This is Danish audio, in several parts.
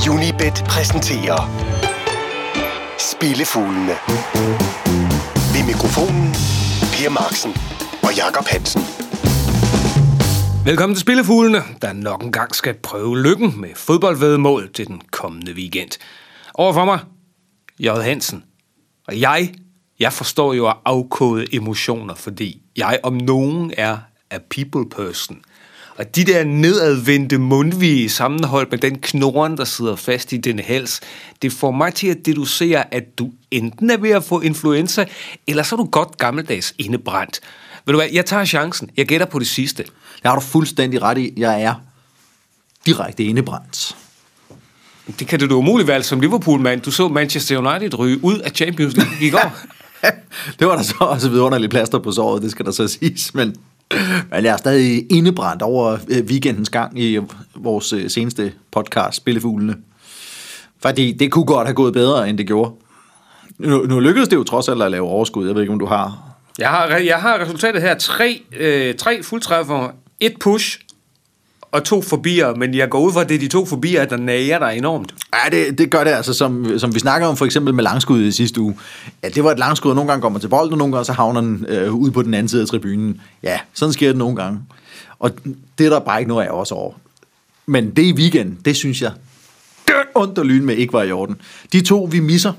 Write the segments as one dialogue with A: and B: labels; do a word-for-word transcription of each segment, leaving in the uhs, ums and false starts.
A: Unibet præsenterer Spillefuglene. Ved mikrofonen Per Marksen og Jakob Hansen.
B: Velkommen til Spillefuglene, der nok en gang skal prøve lykken med fodboldvæddemål til den kommende weekend. Overfor mig, J. Hansen. Og jeg, jeg forstår jo at afkode emotioner, fordi jeg om nogen er a people person. Og de der nedadvendte mundvige sammenholdt med den knoren, der sidder fast i din hals, det får mig til at deducere, at du enten er ved at få influenza, eller så er du godt gammeldags indebrændt. Ved du hvad, jeg tager chancen. Jeg gætter på det sidste.
C: Jeg har du fuldstændig ret i. Jeg er direkte indebrændt.
B: Det kan det du umuligt være som Liverpool-mand. Du så Manchester United ryge ud af Champions League i går.
C: Det var der så også vidunderligt plaster på såret, det skal der så siges, men, men jeg er stadig indebrændt over weekendens gang i vores seneste podcast, Spillefuglene. Fordi det kunne godt have gået bedre, end det gjorde. Nu, nu lykkedes det jo trods alt at lave overskud. Jeg ved ikke, om du har...
B: Jeg har, jeg har resultatet her. Tre, øh, tre fuldtræffer, et push og to forbier, men jeg går ud fra, at det er de to forbier, der nager dig enormt.
C: Ja, det, det gør det altså, som, som vi snakker om for eksempel med langskud i sidste uge. Ja, det var et langskud, og nogle gange kommer til bolden, og nogle gange så havner den øh, ude på den anden side af tribunen. Ja, sådan sker det nogle gange. Og det er der bare ikke noget af os over. Men det i weekend, det synes jeg, dødt ondt og lyn med ikke var i orden. De to, vi misser,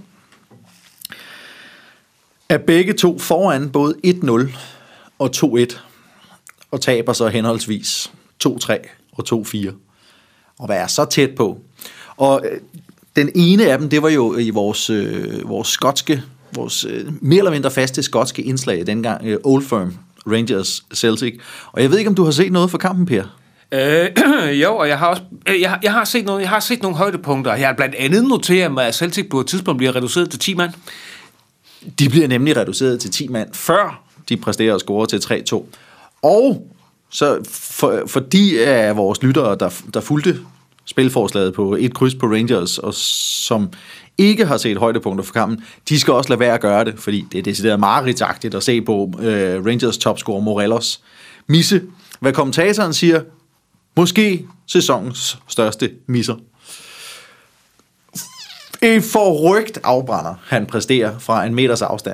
C: er begge to foran både et nul og to et, og taber så henholdsvis to tre og to fire. Og hvad er så tæt på? Og øh, den ene af dem, det var jo i vores, øh, vores skotske, vores øh, mere eller mindre faste skotske indslag, dengang øh, Old Firm, Rangers Celtic. Og jeg ved ikke, om du har set noget fra kampen, Per?
B: Øh, jo, og jeg har også øh, jeg, jeg har set noget, jeg har set nogle højdepunkter. Jeg har blandt andet noteret mig, at Celtic på et tidspunkt bliver reduceret til ti mand.
C: De bliver nemlig reduceret til ti mand, før de præsterer at score til tre to. Og så for, for de af vores lyttere, der, der fulgte spilforslaget på et kryds på Rangers, og som ikke har set højdepunkter for kampen, de skal også lade være at gøre det, fordi det er decideret mareridtsagtigt at se på øh, Rangers topscorer Morelos misse. Hvad kommentatoren siger, måske sæsonens største misser. En forrygt afbrænder, han præsterer fra en meters afstand.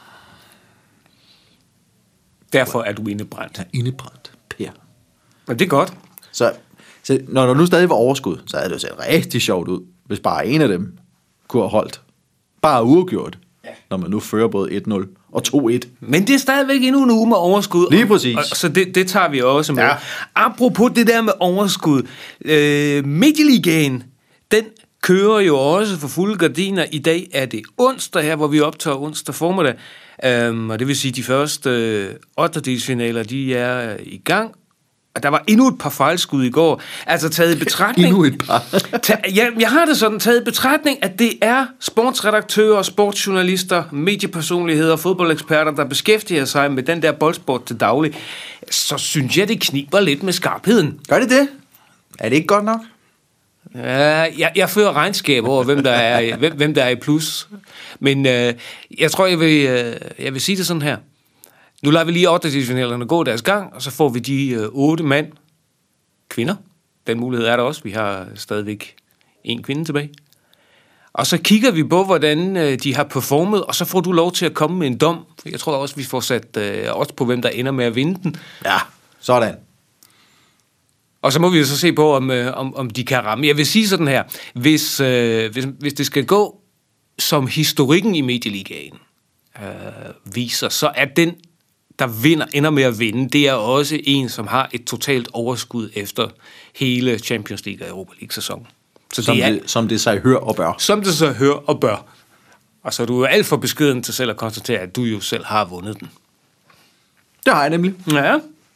B: Derfor er du indebrændt.
C: Ja, indebrændt, Per.
B: Men det er godt.
C: Så, så når der nu stadig var overskud, så havde det jo set rigtig sjovt ud, hvis bare en af dem kunne have holdt. Bare uafgjort, ja. Når man nu fører både et nul og to et.
B: Men det er stadigvæk endnu en uge med overskud.
C: Lige præcis.
B: Og, og, så det, det tager vi også med.
C: Ja.
B: Apropos det der med overskud. Øh, Medieligaen, den kører jo også for fulde gardiner. I dag er det onsdag her, hvor vi optager onsdag formiddag. Um, og det vil sige, at de første øh, ottendedelsfinaler, de er i gang. Og der var endnu et par fejlskud i går. Altså taget i betragtning...
C: endnu et par.
B: ta, ja, jeg har det sådan, taget i betragtning, at det er sportsredaktører, sportsjournalister, mediepersonligheder og fodboldeksperter, der beskæftiger sig med den der boldsport til daglig. Så synes jeg, det kniber lidt med skarpheden.
C: Gør det det? Er det ikke godt nok?
B: Ja, jeg, jeg fører regnskab over, hvem der er, hvem, hvem der er i plus. Men øh, jeg tror, jeg vil, øh, jeg vil sige det sådan her. Nu lader vi lige ottendedelsfinalerne gå deres gang, og så får vi de øh, otte mand, kvinder. Den mulighed er der også. Vi har stadigvæk en kvinde tilbage. Og så kigger vi på, hvordan øh, de har performet, og så får du lov til at komme med en dom. Jeg tror også, vi får sat øh, odds på, hvem der ender med at vinde den.
C: Ja, sådan.
B: Og så må vi jo så se på, om, øh, om, om de kan ramme. Jeg vil sige sådan her, hvis, øh, hvis, hvis det skal gå, som historikken i Medieligaen øh, viser, så er den, der vinder, ender med at vinde, det er også en, som har et totalt overskud efter hele Champions League og Europa League-sæsonen. Så
C: som,
B: det er,
C: det, som det sig hør og bør.
B: Som det så hør og bør. Og så er du jo alt for beskeden til selv at konstatere, at du jo selv har vundet den.
C: Det har jeg nemlig.
B: Ja.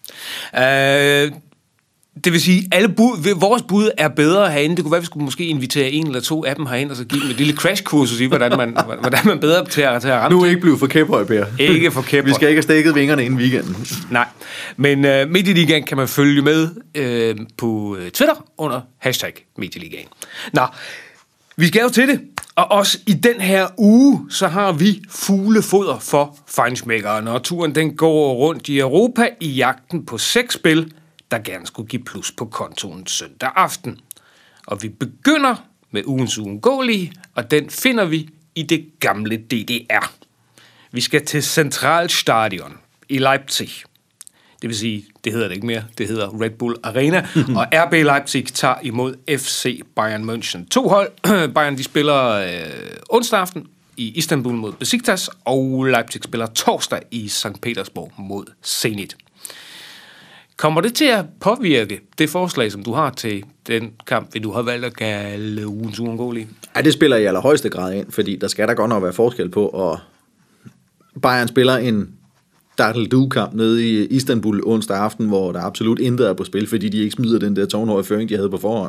B: Øh... Det vil sige, alle bud, vores bud er bedre herinde. Det kunne være, vi skulle måske invitere en eller to af dem herinde, og så give dem et lille crashkursus i, hvordan man, hvordan man bedre til at, til at ramme.
C: Nu er ikke blevet for kæphøj, Per.
B: Ikke for kæphøj.
C: Vi skal ikke have stikket vingerne inden weekenden.
B: Nej, men uh, Medieligaen kan man følge med uh, på Twitter under hashtag Medieligaen. Nå, vi skal jo til det. Og også i den her uge, så har vi fuglefoder for feinschmeckeren. Og turen den går rundt i Europa i jagten på seks spil, der gerne skulle give plus på kontoen søndag aften. Og vi begynder med ugens uundgåelige, og den finder vi i det gamle D D R. Vi skal til Centralstadion i Leipzig. Det vil sige, det hedder det ikke mere, det hedder Red Bull Arena, og R B Leipzig tager imod F C Bayern München. To hold, Bayern de spiller øh, onsdag aften i Istanbul mod Besiktas, og Leipzig spiller torsdag i Sankt Petersborg mod Zenit. Kommer det til at påvirke det forslag, som du har til den kamp, vil du have valgt at kalde ugens uundgåelige?
C: Ja, det spiller i allerhøjeste grad ind, fordi der skal der godt nok være forskel på, og Bayern spiller en Dartel-Du-kamp nede i Istanbul onsdag aften, hvor der absolut intet er på spil, fordi de ikke smider den der tårnhøje føring, de havde på forhånd.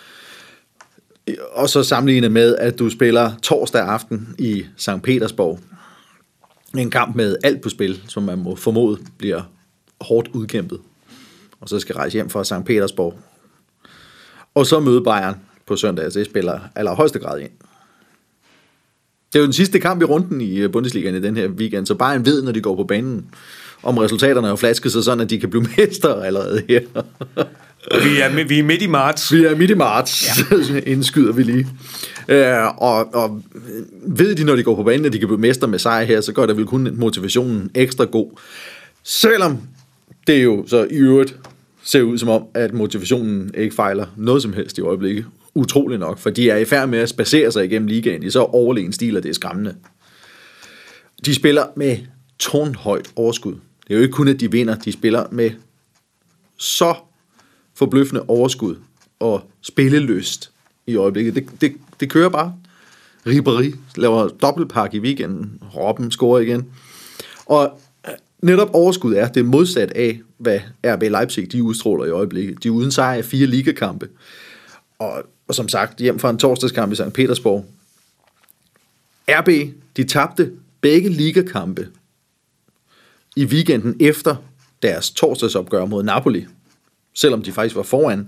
C: Og så sammenlignet med, at du spiller torsdag aften i Sankt Petersborg. En kamp med alt på spil, som man må formode bliver hårdt udkæmpet. Og så skal rejse hjem fra Sankt Petersborg. Og så møde Bayern på søndag, så det spiller allerhøjeste grad ind. Det er jo den sidste kamp i runden i Bundesligaen i den her weekend, så Bayern ved, når de går på banen, om resultaterne er flasket sig sådan, at de kan blive mestre allerede her.
B: Vi er, vi er midt i marts.
C: Vi er midt i marts, ja. Indskyder vi lige. Øh, og, og ved de, når de går på banen, at de kan blive mestre med sejr her, så gør det vel kun motivationen ekstra god. Selvom det jo så i øvrigt ser ud som om, at motivationen ikke fejler noget som helst i øjeblikket. Utroligt nok, for de er i færd med at spacere sig igennem ligaen i så overlegen stil, at det er skræmmende. De spiller med tårnhøjt overskud. Det er jo ikke kun, at de vinder, de spiller med så forbløffende overskud og spillelyst i øjeblikket. Det, det, det kører bare. Ribéry laver dobbeltpak i weekenden. Robben scorer igen. Og netop overskud er det modsat af, hvad R B Leipzig de udstråler i øjeblikket. De er uden sejr i fire ligakampe. Og, og som sagt, hjem fra en torsdagskamp i Sankt Petersborg. R B, de tabte begge ligakampe i weekenden efter deres torsdagsopgør mod Napoli. Selvom de faktisk var foran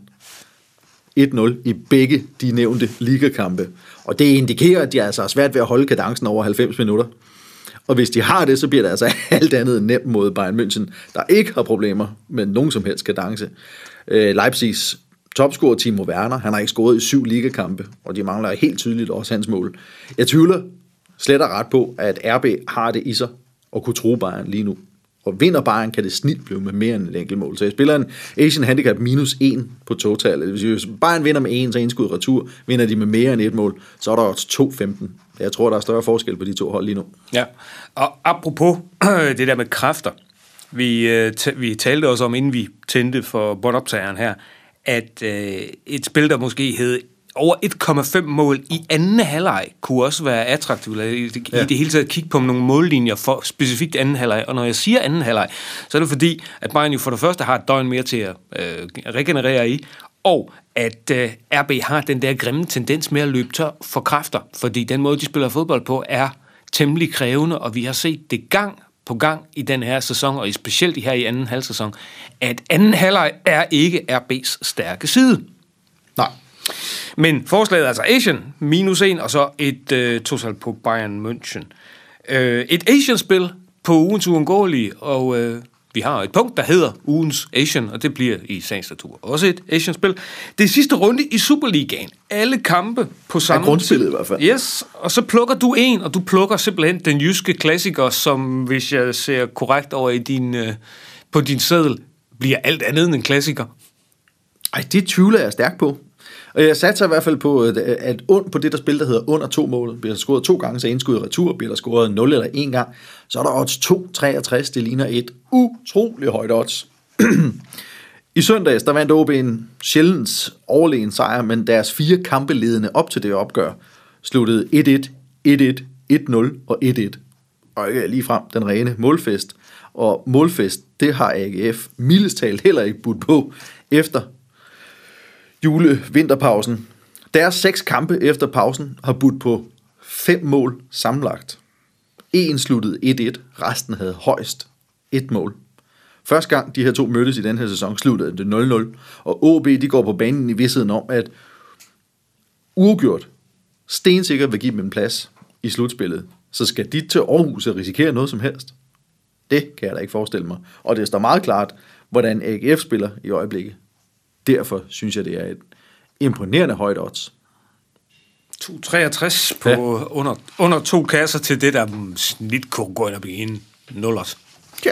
C: et nul i begge de nævnte ligakampe. Og det indikerer, at de altså er svært ved at holde kadencen over halvfems minutter. Og hvis de har det, så bliver det altså alt andet nemt mod Bayern München, der ikke har problemer med nogen som helst kadence. Øh, Leipzigs topscorer Timo Werner, han har ikke scoret i syv ligakampe, og de mangler helt tydeligt også hans mål. Jeg tvivler slet og ret på, at R B har det i sig at kunne true Bayern lige nu. Og vinder Bayern, kan det snit blive med mere end et enkelt mål. Så jeg spiller en Asian Handicap minus en på total. Hvis Bayern vinder med en, så indskud retur. Vinder de med mere end et mål, så er der også to femten. Jeg tror, der er større forskel på de to hold lige nu.
B: Ja, og apropos det der med kræfter. Vi, vi talte også om, inden vi tændte for båndoptageren her, at øh, et spil, der måske hed over et komma fem mål i anden halvleg, kunne også være attraktivt. I det, ja. I det hele taget kigge på nogle mållinjer for specifikt anden halvleg. Og når jeg siger anden halvleg, så er det fordi, at Bayern jo for det første har et døgn mere til at øh, regenerere i, og at øh, R B har den der grimme tendens med at løbe tør for kræfter, fordi den måde, de spiller fodbold på, er temmelig krævende, og vi har set det gang på gang i den her sæson, og specielt her i anden halvsæson, at anden halvleg er ikke R B's stærke side.
C: Nej.
B: Men forslaget er altså Asian, minus en, og så et øh, total på Bayern München. Øh, et Asian-spil på ugens uundgåelige, og øh, vi har et punkt, der hedder ugens Asian, og det bliver i sagens natur også et Asian-spil. Det er sidste runde i Superligaen. Alle kampe på samme...
C: Ja, grundspillet i hvert fald.
B: Yes, og så plukker du en, og du plukker simpelthen den jyske klassiker, som, hvis jeg ser korrekt over i din, øh, på din seddel, bliver alt andet end en klassiker.
C: Ej, det tvivler jeg stærkt på. Og jeg satser i hvert fald på, at und, på det der spil, der hedder under to mål, bliver der scoret to gange, så indskud retur, bliver der scoret nul eller en gang, så er der odds to komma treogtres, det ligner et utroligt højt odds. I søndags, der vandt O B en sjældent overlegen sejr, men deres fire kampe ledende op til det opgør sluttede et et, et et, et nul og et et. Og ikke lige frem den rene målfest. Og målfest, det har A G F mildest talt heller ikke budt på efter jule-vinterpausen. Deres seks kampe efter pausen har budt på fem mål sammenlagt. En sluttede et et, resten havde højst et mål. Første gang de her to mødtes i den her sæson, sluttede det nul nul, og O B de går på banen i vidstheden om, at uafgjort stensikkert vil give dem en plads i slutspillet. Så skal de til Aarhus og risikere noget som helst? Det kan jeg da ikke forestille mig. Og det står meget klart, hvordan A G F spiller i øjeblikket. Derfor synes jeg, det er et imponerende højt odds.
B: to treogtres på
C: Ja.
B: under, under to kasser til det, der snit kunne gå ind og blive en nullers.
C: Ja.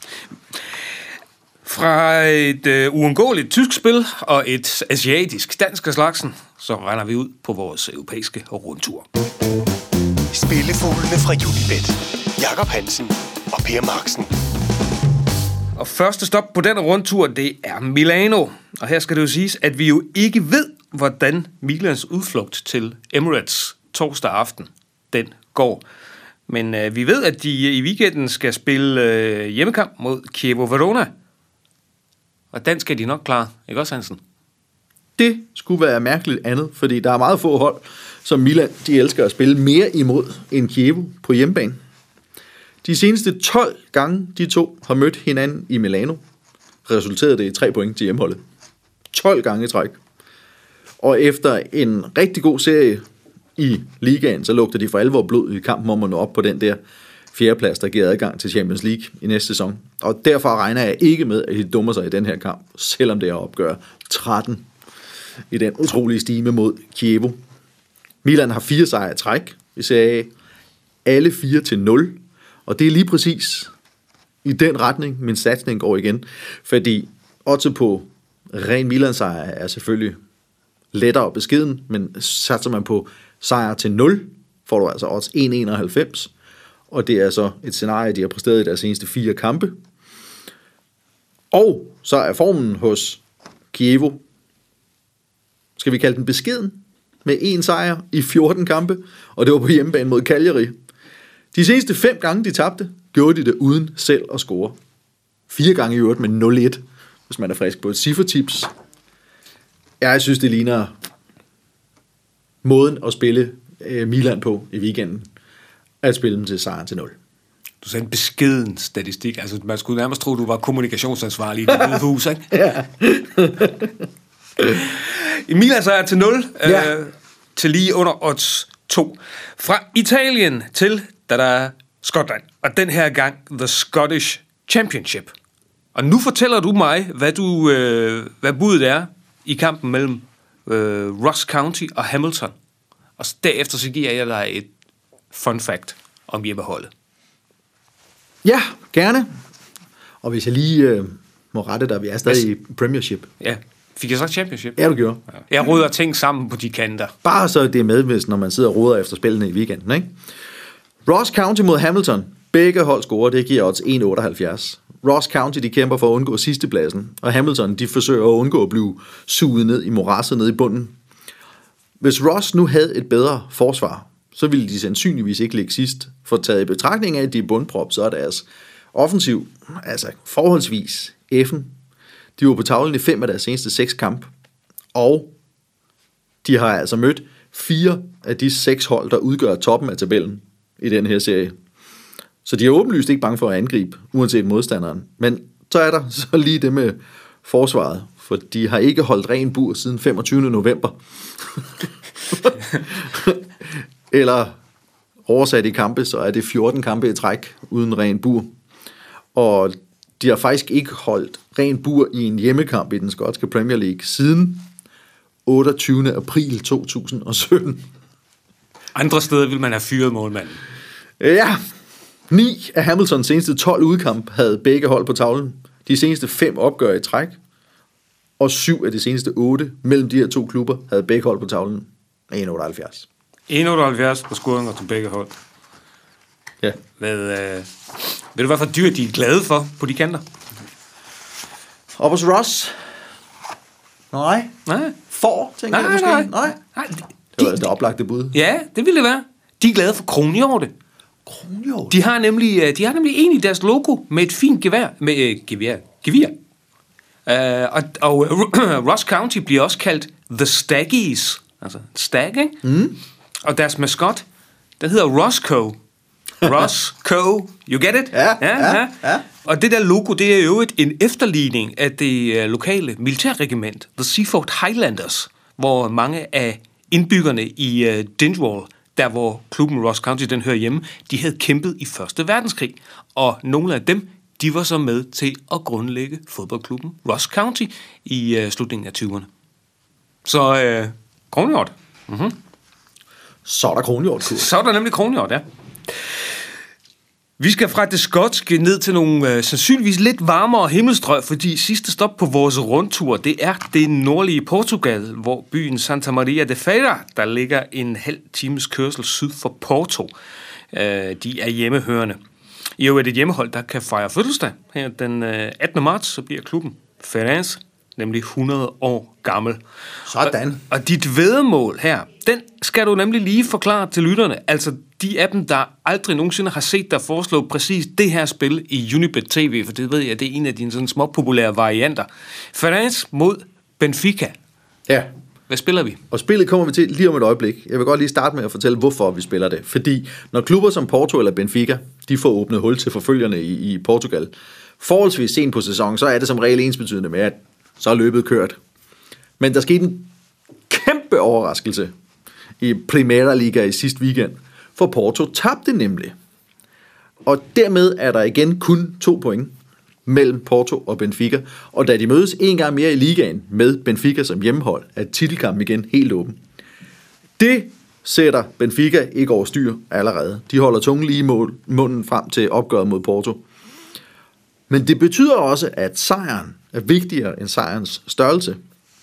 B: Fra et øh, uundgåeligt tysk spil og et asiatisk dansk af slagsen, så render vi ud på vores europæiske rundtur.
A: Spillefuglene fra Unibet. Jakob Hansen og Per Marksen.
B: Og første stop på den rundtur, det er Milano. Og her skal det jo siges, at vi jo ikke ved, hvordan Milans udflugt til Emirates torsdag aften, den går. Men øh, vi ved, at de i weekenden skal spille øh, hjemmekamp mod Chievo Verona. Og den skal de nok klare, ikke også, Hansen?
C: Det skulle være mærkeligt andet, fordi der er meget få hold, som Milan de elsker at spille mere imod end Chievo på hjemmebane. De seneste tolv gange de to har mødt hinanden i Milano, resulterede det i tre point til hjemmeholdet. tolv gange i træk. Og efter en rigtig god serie i ligaen, så lugter de for alvor blod i kampen om at nå op på den der fjerdeplads, der giver adgang til Champions League i næste sæson. Og derfor regner jeg ikke med, at de dummer sig i den her kamp, selvom det er opgør tretten i den utrolige stime mod Chievo. Milan har fire sejre i træk i Serie A, alle fire til nul, og det er lige præcis i den retning, min satsning går igen, fordi oddset på ren Milan-sejr er selvfølgelig lettere og beskeden, men satser man på sejr til nul, får du altså odds en komma enoghalvfems, og det er så et scenarie, de har præsteret i deres seneste fire kampe. Og så er formen hos Chievo, skal vi kalde den beskeden, med en sejr i fjorten kampe, og det var på hjemmebane mod Cagliari. De seneste fem gange, de tabte, gjorde de det uden selv at score. Fire gange i øvrigt med nul et, hvis man er frisk på et ciffertips. Jeg synes, det ligner måden at spille Milan på i weekenden, at spille dem til sejren til nul.
B: Du sagde en beskeden statistik. Altså, man skulle nærmest tro, du var kommunikationsansvarlig i det Hvide Hus, ikke?
C: Ja.
B: I Milan sejr til nul,
C: Ja.
B: øh, til lige under odds to. Fra Italien til da der Skotland, og den her gang The Scottish Championship. Og nu fortæller du mig, hvad, du, øh, hvad budet er i kampen mellem øh, Ross County og Hamilton. Og derefter så giver jeg dig et fun fact om hjemmeholdet.
C: Ja, gerne. Og hvis jeg lige øh, må rette dig, vi er stadig i Premiership.
B: Ja, fik jeg sagt Championship?
C: Ja, du gjorde.
B: Jeg råder ting sammen på de kanter.
C: Bare så det er med, hvis når man sidder og roder efter spillene i weekenden, ikke? Ross County mod Hamilton. Begge hold scorer, det giver odds en komma otteoghalvfjerds. Ross County, de kæmper for at undgå sidstepladsen, og Hamilton, de forsøger at undgå at blive suget ned i morasset nede i bunden. Hvis Ross nu havde et bedre forsvar, så ville de sandsynligvis ikke ligge sidst. For taget i betragtning af, at de er bundprop, så er deres offensiv, altså forholdsvis effen. De var på tavlen i fem af deres seneste seks kamp, og de har altså mødt fire af de seks hold, der udgør toppen af tabellen i den her serie. Så de er åbenlyst ikke bange for at angribe, uanset modstanderen. Men så er der så lige det med forsvaret, for de har ikke holdt ren bur siden femogtyvende november. Eller oversat i kampe, så er det fjorten kampe i træk uden ren bur. Og de har faktisk ikke holdt ren bur i en hjemmekamp i den skotske Premier League siden otteogtyvende april to tusind og sytten.
B: Andre steder vil man have fyret målmanden.
C: Ja, ni af Hamiltons seneste tolv udkamp havde begge hold på tavlen. De seneste fem opgør i træk, og syv af de seneste otte mellem de her to klubber havde begge hold på tavlen. en komma otteoghalvfjerds.
B: en komma otteoghalvfjerds på scoringer til begge hold.
C: Ja.
B: Hvad, øh, ved du, hvad for dyr de er glade for på de kanter?
C: Og hos Ross? Nej.
B: Nej.
C: For, tænker
B: Nej,
C: jeg måske.
B: nej.
C: nej.
B: Nej, de,
C: Det var altså det oplagte bud.
B: ja, det ville det være. De er glade for kronhjorte.
C: Kronhjort.
B: De har nemlig, de har nemlig en i deres logo med et fint gevær. Med øh, gevær. Gevir. Uh, og og uh, Ross County bliver også kaldt The Staggies. Altså stag, ikke? Mm. Og deres maskot, den hedder Roscoe. Roscoe. You get it?
C: Ja, ja, ja.
B: Og det der logo, det er jo et, en efterligning af det uh, lokale militærregiment, The Seaforth Highlanders, hvor mange af indbyggerne i uh, Dingwall, der hvor klubben Ross County den hører hjemme, de havde kæmpet i første verdenskrig. Og nogle af dem, de var så med til at grundlægge fodboldklubben Ross County i uh, slutningen af tyverne. Så uh, kronhjort. Mm-hmm.
C: Så er der kronhjortkurs.
B: Så er der nemlig kronhjort, ja. Vi skal fra det skotske ned til nogle øh, sandsynligvis lidt varmere himmelstrøg, fordi sidste stop på vores rundtur, det er det nordlige Portugal, hvor byen Santa Maria de Feira, der ligger en halv times kørsel syd for Porto. Øh, de er hjemmehørende. I øvrigt et hjemmehold, der kan fejre fødselsdag. Her den øh, attende marts, så bliver klubben Ferenc nemlig hundrede år gammel.
C: Sådan.
B: Og, og dit væddemål her, den skal du nemlig lige forklare til lytterne. Altså de af dem, der aldrig nogensinde har set dig foreslå præcis det her spil i Unibet T V, for det ved jeg, det er en af dine sådan små populære varianter. Ferenc mod Benfica.
C: Ja.
B: Hvad spiller vi?
C: Og spillet kommer vi til lige om et øjeblik. Jeg vil godt lige starte med at fortælle, hvorfor vi spiller det. Fordi når klubber som Porto eller Benfica, de får åbnet hul til forfølgerne i, i Portugal, forholdsvis sent på sæsonen, så er det som regel ensbetydende med, at så er løbet kørt. Men der skete en kæmpe overraskelse i Primeira Liga i sidste weekend, for Porto tabte nemlig. Og dermed er der igen kun to point mellem Porto og Benfica, og da de mødes en gang mere i ligaen med Benfica som hjemmehold, er titelkampen igen helt åben. Det sætter Benfica ikke over styr allerede. De holder tungen lige i mål, munden frem til opgøret mod Porto. Men det betyder også, at sejren er vigtigere end sejrens størrelse.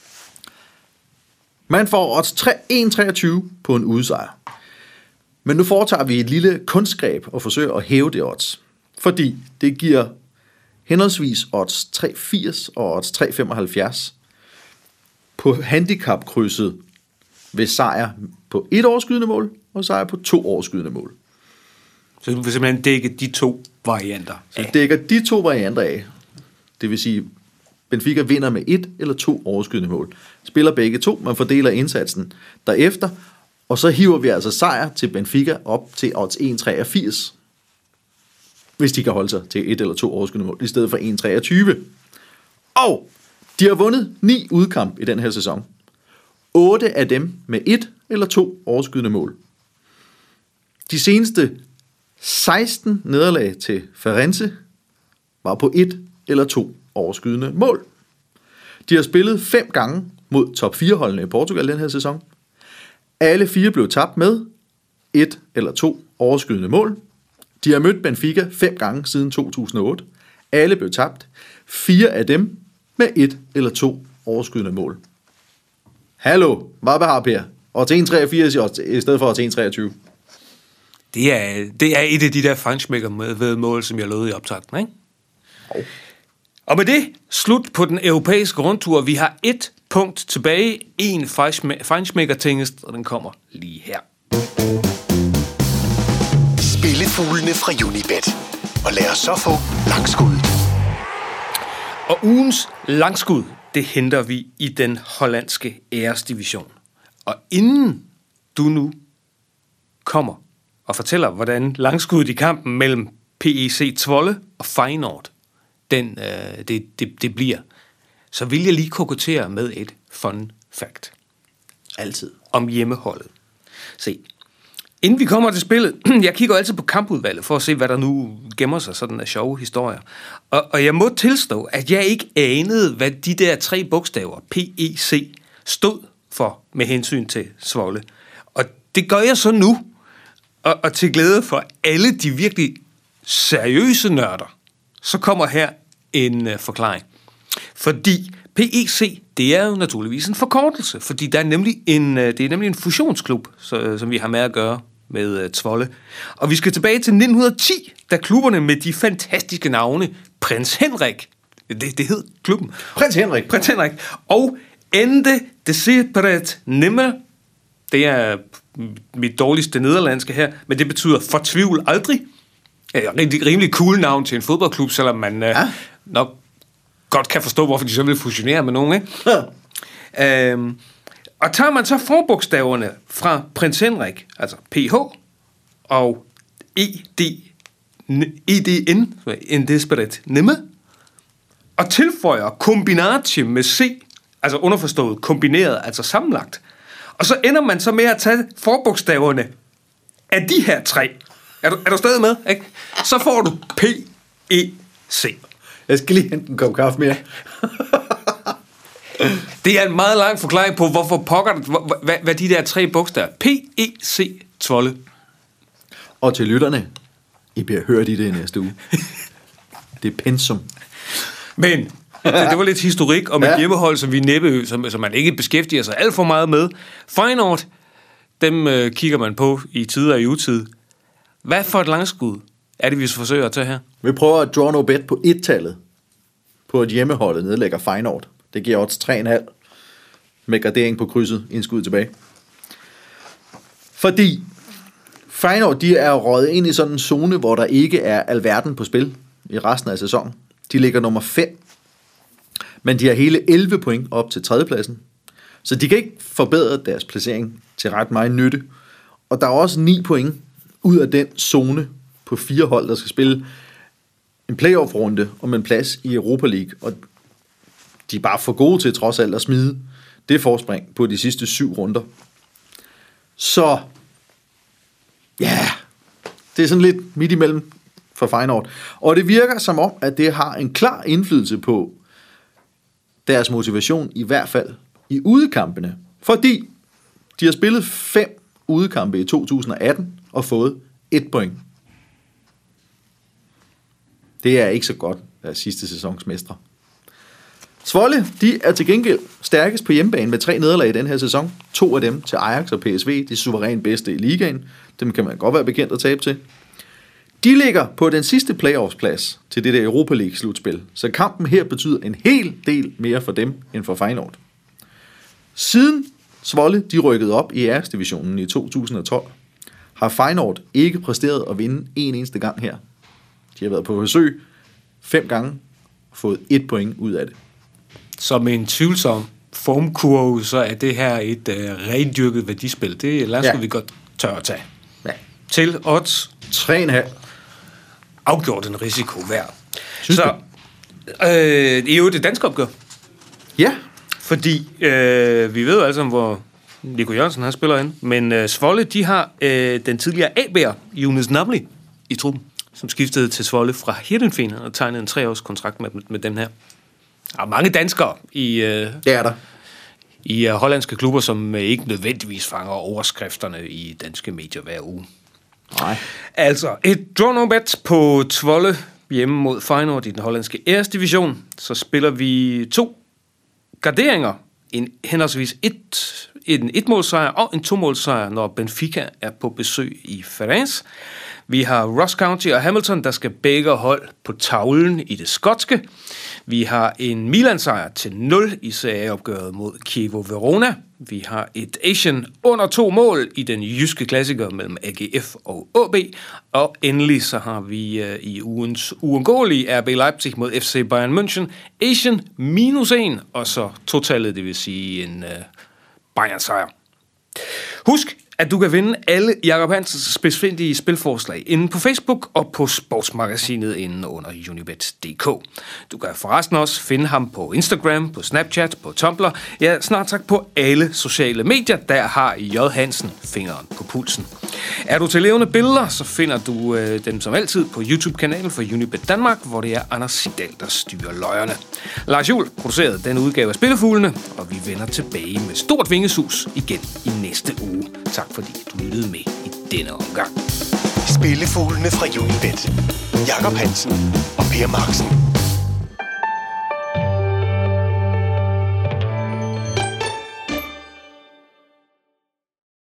C: Man får odds en komma treogtyve på en udsejr. Men nu foretager vi et lille kunstgreb og forsøger at hæve det odds. Fordi det giver henholdsvis odds tre komma firs og odds tre komma femoghalvfjerds på handicapkrydset ved sejr på et overskydende mål og sejr på to overskydende mål.
B: Så du vil simpelthen dække de to varianter
C: af. Så dækker de to varianter af. Det vil sige, Benfica vinder med et eller to overskydende mål. Spiller begge to, man fordeler indsatsen derefter, og så hiver vi altså sejr til Benfica op til odds en komma treogfirs, hvis de kan holde sig til et eller to overskydende mål, i stedet for en komma treogtyve. Og de har vundet ni udkamp i den her sæson. otte af dem med et eller to overskydende mål. De seneste seksten nederlag til Ferenc var på et eller to overskydende mål. De har spillet fem gange mod top fire holdene i Portugal den her sæson. Alle fire blev tabt med et eller to overskydende mål. De har mødt Benfica fem gange siden to tusind og otte. Alle blev tabt. Fire af dem med et eller to overskydende mål. Hallo, hvad har Per? Og til en komma treogfirs i stedet for til en komma treogtyve.
B: Det er, det er et af de der feinschmecker-væddemål, som jeg lovede i optakten, ikke?
C: Oh.
B: Og med det, slut på den europæiske rundtur. Vi har et punkt tilbage, en feinschmecker-tingest, og den kommer lige her.
A: Spillefuglene fra Unibet. Og lad os så få langskuddet.
B: Og ugens langskud, det henter vi i den hollandske æresdivision. Og inden du nu kommer og fortæller, hvordan langskuddet i kampen mellem P E C Zwolle og Feyenoord, den, øh, det, det, det bliver, så vil jeg lige kokettere med et fun fact.
C: Altid.
B: Om hjemmeholdet. Se, inden vi kommer til spillet, jeg kigger altid på kampudvalget for at se, hvad der nu gemmer sig sådan af sjove historier. Og, og jeg må tilstå, at jeg ikke anede, hvad de der tre bogstaver, P E C, stod for med hensyn til Zwolle. Og det gør jeg så nu. Og, og til glæde for alle de virkelig seriøse nørder, så kommer her en uh, forklaring. Fordi P E C, det er jo naturligvis en forkortelse, fordi der er nemlig en, uh, det er nemlig en fusionsklub, så, som vi har med at gøre med uh, Zwolle. Og vi skal tilbage til nitten ti, da klubberne med de fantastiske navne Prins Henrik, det, det hed klubben.
C: Prins Henrik.
B: Prins Henrik. Og Ende de Seperet Nimmer, det er mit dårligste nederlandske her, men det betyder fortvivl aldrig. Rigtig rimelig cool navn til en fodboldklub, selvom man ja. øh, nok godt kan forstå, hvorfor de så vil fusionere med nogen, ikke? Ja. Øhm, og tager man så forbogstaverne fra Prins Henrik, altså P H og E D N, en desperat nimme, og tilføjer kombinatio med C, altså underforstået kombineret, altså sammenlagt, og så ender man så med at tage forbogstaverne af de her tre. Er du, er du stadig med? Ikke? Så får du P E C.
C: Jeg skal lige hente en kop kaffe mere.
B: Det er en meget lang forklaring på, hvorfor pokker, hvad, hvad de der tre bogstaver. P E C Zwolle.
C: Og til lytterne, I bliver hørt i det næste uge. Det er pensum.
B: Men det, det var lidt historik om et
C: ja.
B: hjemmehold, som vi næppe, som, som man ikke beskæftiger sig alt for meget med. Feyenoord, dem øh, kigger man på i tid og i utid. Hvad for et langskud er det, vi forsøger at tage her?
C: Vi prøver at draw no bet på et-tallet. På et hjemmeholdet nedlægger Feyenoord. Det giver odds tre komma fem med gradering på krydset, indskud tilbage. Fordi Feyenoord, de er røget ind i sådan en zone, hvor der ikke er alverden på spil i resten af sæsonen. De ligger nummer fem, men de har hele elleve point op til tredjepladsen. Så de kan ikke forbedre deres placering til ret meget nytte. Og der er også ni point ud af den zone på fire hold, der skal spille en playoff-runde om en plads i Europa League. Og de er bare for gode til trods alt at smide det forspring på de sidste syv runder. Så ja, det er sådan lidt midt imellem for Feyenoord. Og det virker som om, at det har en klar indflydelse på deres motivation, i hvert fald i udekampene. Fordi de har spillet fem udekampe i to tusind og atten og fået et point. Det er ikke så godt, deres sidste sæsons mestre. Zwolle, de er til gengæld stærkest på hjemmebane med tre nederlag i den her sæson. To af dem til Ajax og P S V, de suverænt bedste i ligaen. Dem kan man godt være bekendt at tabe til. De ligger på den sidste playoffsplads til det der Europa League-slutspil, så kampen her betyder en hel del mere for dem end for Feyenoord. Siden Zwolle, de rykkede op i æresdivisionen i to tusind og tolv, har Feyenoord ikke præsteret at vinde en eneste gang her. De har været på forsøg fem gange og fået et point ud af det.
B: Som en tvivlsom formkurve, så er det her et øh, rendyrket værdispil. Det lad os ja. vi godt tør at tage.
C: Ja.
B: Til odds
C: tre komma fem.
B: Afgjort en risiko værd.
C: Synes
B: så øh, det er jo det danske opgør.
C: Ja.
B: Fordi øh, vi ved jo alle sammen, hvor Nico Jørgensen han spiller ind. Men øh, Zwolle, de har øh, den tidligere A B'er, Younes Nabli, i truppen, som skiftede til Zwolle fra Heerenveen og tegnede en treårs kontrakt med, med dem her. Der er mange danskere i, øh,
C: det er der.
B: i uh, hollandske klubber, som uh, ikke nødvendigvis fanger overskrifterne i danske medier hver uge.
C: Nej.
B: Altså, et draw no bet på Zwolle hjemme mod Feyenoord i den hollandske æresdivision. Så spiller vi to garderinger. En henholdsvis et, en etmålsejr og en tomålsejr, når Benfica er på besøg i Firenze. Vi har Ross County og Hamilton, der skal begge hold på tavlen i det skotske. Vi har en Milan-sejr til nul i serieopgøret mod Chievo Verona. Vi har et Asian under to mål i den jyske klassiker mellem A G F og A B. Og endelig så har vi uh, i ugens uundgåelige R B Leipzig mod F C Bayern München Asian minus en, og så totallet, det vil sige en uh, Bayern-sejr. Husk, at du kan vinde alle Jacob Hansens spidsfindige spilforslag inde på Facebook og på sportsmagasinet inde under unibet punktum d k. Du kan forresten også finde ham på Instagram, på Snapchat, på Tumblr, ja, snart sagt på alle sociale medier, der har J. Hansen fingeren på pulsen. Er du til levende billeder, så finder du øh, dem som altid på YouTube-kanalen for Unibet Danmark, hvor det er Anders Sigdal, der styrer løjerne. Lars Juhl producerede denne udgave af Spillefuglene, og vi vender tilbage med stort vingesus igen i næste uge. Tak fordi du lyttede med i denne omgang.
A: Spillefuglene fra Unibet. Jacob Hansen og Per Marksen.